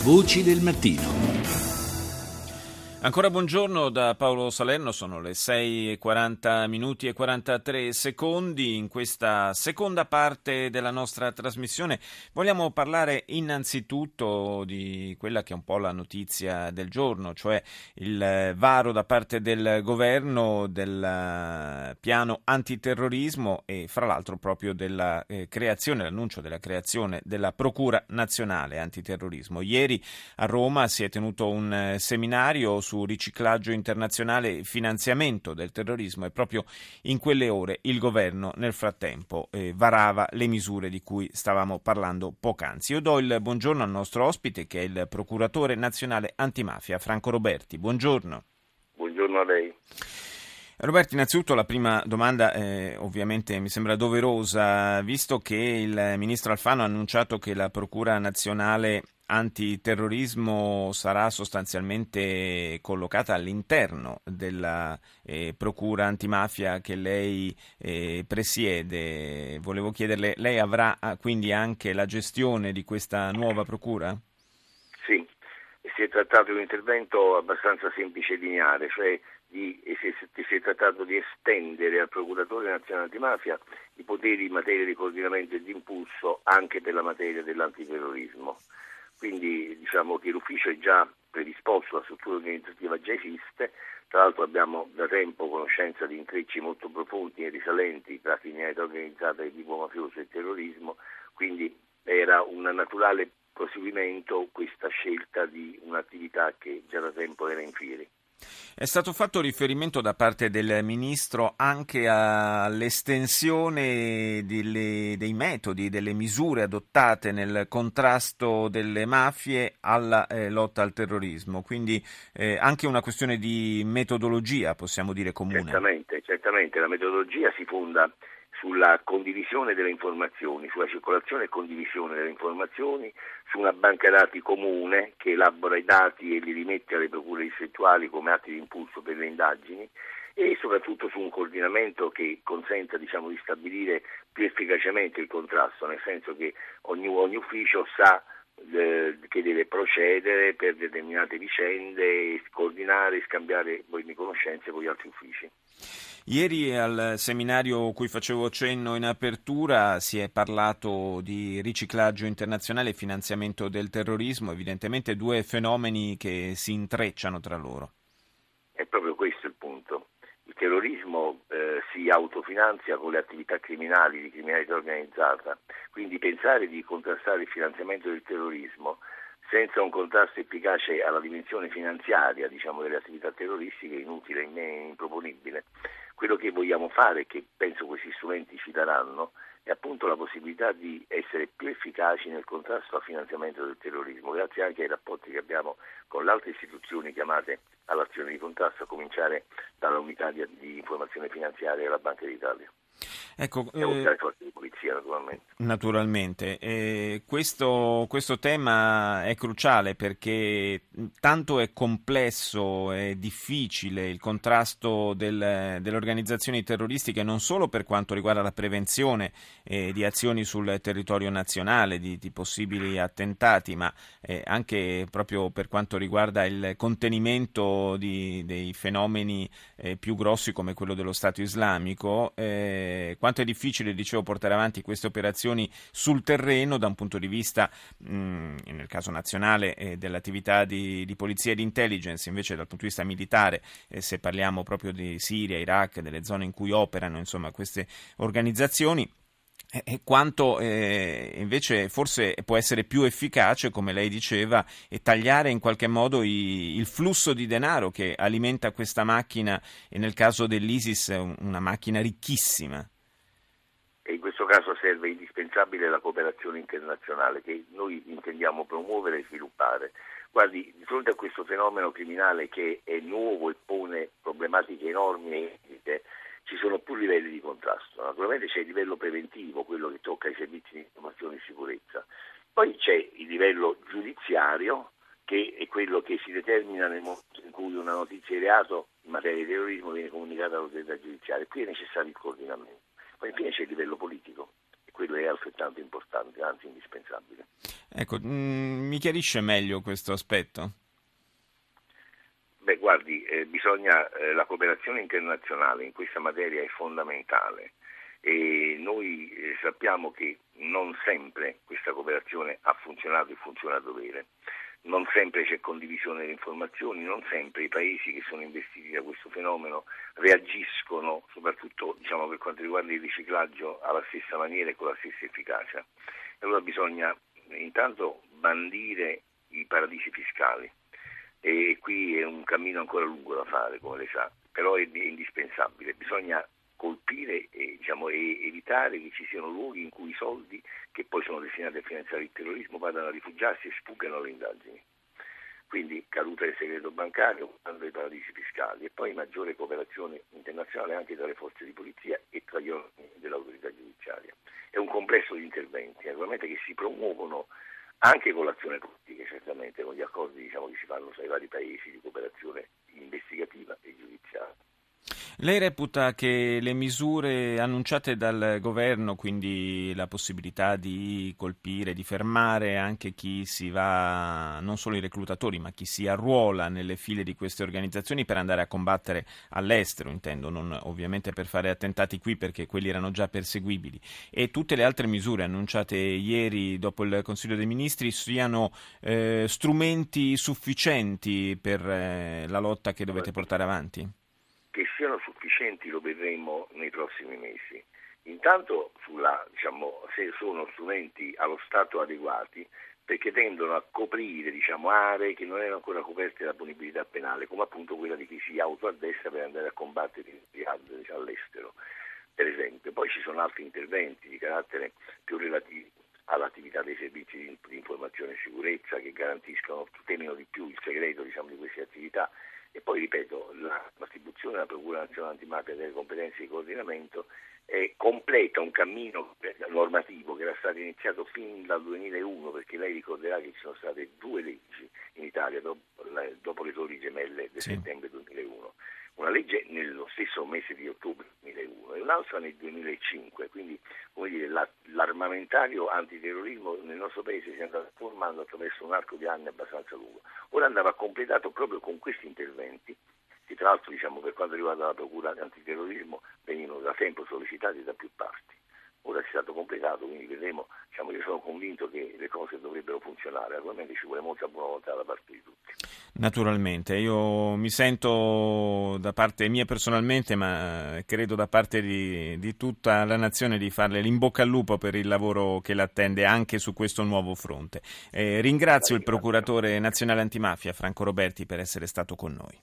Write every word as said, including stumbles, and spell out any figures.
Voci del mattino. Ancora buongiorno da Paolo Salerno, sono le sei e quaranta minuti e quarantatré secondi. In questa seconda parte della nostra trasmissione vogliamo parlare innanzitutto di quella che è un po' la notizia del giorno, cioè il varo da parte del governo del piano antiterrorismo e fra l'altro proprio della eh, creazione, l'annuncio della creazione della Procura Nazionale Antiterrorismo. Ieri a Roma si è tenuto un eh, seminario su su riciclaggio internazionale e finanziamento del terrorismo e proprio in quelle ore il governo nel frattempo eh, varava le misure di cui stavamo parlando poc'anzi. Io do il buongiorno al nostro ospite che è il procuratore nazionale antimafia Franco Roberti. Buongiorno. Buongiorno a lei. Roberto, innanzitutto la prima domanda eh, ovviamente mi sembra doverosa, visto che il ministro Alfano ha annunciato che la Procura Nazionale Antiterrorismo sarà sostanzialmente collocata all'interno della eh, Procura Antimafia che lei eh, presiede. Volevo chiederle, lei avrà quindi anche la gestione di questa nuova Procura? Sì, si è trattato di un intervento abbastanza semplice e lineare, cioè di, si, si è trattato di estendere al Procuratore Nazionale Antimafia i poteri in materia di coordinamento e di impulso anche per la materia dell'antiterrorismo. Quindi diciamo che l'ufficio è già predisposto, la struttura organizzativa già esiste, tra l'altro abbiamo da tempo conoscenza di intrecci molto profondi e risalenti tra criminalità organizzata di tipo mafioso e terrorismo, quindi era un naturale proseguimento questa scelta di un'attività che già da tempo era in fieri. È stato fatto riferimento da parte del Ministro anche all'estensione delle, dei metodi, delle misure adottate nel contrasto delle mafie alla eh, lotta al terrorismo, quindi eh, anche una questione di metodologia, possiamo dire, comune. Certamente, certamente, la metodologia si fonda sulla condivisione delle informazioni, sulla circolazione e condivisione delle informazioni, su una banca dati comune che elabora i dati e li rimette alle procure distrettuali come atti di impulso per le indagini e soprattutto su un coordinamento che consenta diciamo, di stabilire più efficacemente il contrasto, nel senso che ogni, ogni ufficio sa eh, che deve procedere per determinate vicende, coordinare e scambiare poi le conoscenze con gli altri uffici. Ieri al seminario cui facevo cenno in apertura si è parlato di riciclaggio internazionale e finanziamento del terrorismo, evidentemente due fenomeni che si intrecciano tra loro. È proprio questo il punto. Il terrorismo eh, si autofinanzia con le attività criminali di criminalità organizzata, quindi pensare di contrastare il finanziamento del terrorismo senza un contrasto efficace alla dimensione finanziaria diciamo, delle attività terroristiche è inutile e improponibile. Quello che vogliamo fare, che penso questi strumenti ci daranno, è appunto la possibilità di essere più efficaci nel contrasto al finanziamento del terrorismo, grazie anche ai rapporti che abbiamo con le altre istituzioni chiamate all'azione di contrasto, a cominciare dalla unità di, di informazione finanziaria della Banca d'Italia. Ecco, e oltre alle forze di polizia naturalmente. Naturalmente, eh, questo, questo tema è cruciale perché tanto è complesso e difficile il contrasto del, delle organizzazioni terroristiche non solo per quanto riguarda la prevenzione eh, di azioni sul territorio nazionale, di, di possibili attentati, ma eh, anche proprio per quanto riguarda il contenimento di, dei fenomeni eh, più grossi come quello dello Stato islamico. Eh, quanto è difficile, dicevo, portare avanti queste operazioni sul terreno da un punto di vista, mh, nel caso nazionale, eh, dell'attività di, di polizia e di intelligence, invece dal punto di vista militare, eh, se parliamo proprio di Siria, Iraq, delle zone in cui operano insomma queste organizzazioni. E quanto eh, invece forse può essere più efficace, come lei diceva, e tagliare in qualche modo i, il flusso di denaro che alimenta questa macchina, e nel caso dell'ISIS una macchina ricchissima. E in questo caso serve indispensabile la cooperazione internazionale che noi intendiamo promuovere e sviluppare. Guardi, di fronte a questo fenomeno criminale che è nuovo e pone problematiche enormi e inedite, ci sono più livelli di contrasto. Naturalmente c'è il livello preventivo, quello che tocca i servizi di informazione e sicurezza. Poi c'è il livello giudiziario, che è quello che si determina nel momento in cui una notizia di reato in materia di terrorismo viene comunicata all'autorità giudiziaria. Qui è necessario il coordinamento. Poi infine c'è il livello politico. quello è altrettanto importante, anzi indispensabile. Ecco, mh, mi chiarisce meglio questo aspetto? Beh, guardi, eh, bisogna, eh, la cooperazione internazionale in questa materia è fondamentale e noi eh, sappiamo che non sempre questa cooperazione ha funzionato e funziona a dovere. Non sempre c'è condivisione delle informazioni, non sempre i paesi che sono investiti da questo fenomeno reagiscono, soprattutto diciamo, per quanto riguarda il riciclaggio, alla stessa maniera e con la stessa efficacia. E allora bisogna intanto bandire i paradisi fiscali e qui è un cammino ancora lungo da fare, come lei sa, però è indispensabile. Bisogna colpire e, diciamo, e evitare che ci siano luoghi in cui i soldi che poi sono destinati a finanziare il terrorismo vadano a rifugiarsi e sfuggano alle indagini. Quindi caduta del segreto bancario, dei paradisi fiscali e poi maggiore cooperazione internazionale anche tra le forze di polizia e tra gli organi dell'autorità giudiziaria. È un complesso di interventi, naturalmente, che si promuovono anche con l'azione politica, certamente, con gli accordi diciamo, che si fanno tra i vari paesi di cooperazione investigativa e giudiziaria. Lei reputa che le misure annunciate dal governo, quindi la possibilità di colpire, di fermare anche chi si va, non solo i reclutatori, ma chi si arruola nelle file di queste organizzazioni per andare a combattere all'estero, intendo, non ovviamente per fare attentati qui perché quelli erano già perseguibili, e tutte le altre misure annunciate ieri dopo il Consiglio dei Ministri siano eh, strumenti sufficienti per eh, la lotta che dovete portare avanti? Che siano sufficienti lo vedremo nei prossimi mesi. Intanto sulla, diciamo, se sono strumenti allo Stato adeguati, perché tendono a coprire diciamo, aree che non erano ancora coperte da punibilità penale, come appunto quella di chi si autoaddestra per andare a combattere il jihad diciamo, all'estero, per esempio. Poi ci sono altri interventi di carattere più relativi all'attività dei servizi di, di informazione e sicurezza che garantiscono, tutelino di più il segreto diciamo, di queste attività. E poi, ripeto, la, l'attribuzione della Procura Nazionale Antimafia delle competenze di coordinamento è, completa un cammino normativo che era stato iniziato fin dal duemilauno, perché lei ricorderà che ci sono state due leggi in Italia dopo, dopo le Torri Gemelle del sì. settembre duemilauno. Una legge nello stesso mese di ottobre duemilauno e un'altra nel duemilacinque, quindi come dire, la, l'armamentario antiterrorismo nel nostro paese si è andato formando attraverso un arco di anni abbastanza lungo. Ora andava completato proprio con questi interventi, che tra l'altro diciamo, per quanto riguarda la procura antiterrorismo venivano da tempo sollecitati da più parti. Ora è stato completato, quindi vedremo, diciamo, io sono convinto che le cose dovrebbero funzionare, naturalmente ci vuole molta buona volontà da parte di tutti. Naturalmente, io mi sento da parte mia personalmente, ma credo da parte di, di tutta la nazione, di farle l'in bocca al lupo per il lavoro che l'attende anche su questo nuovo fronte. Eh, ringrazio il procuratore nazionale antimafia Franco Roberti per essere stato con noi.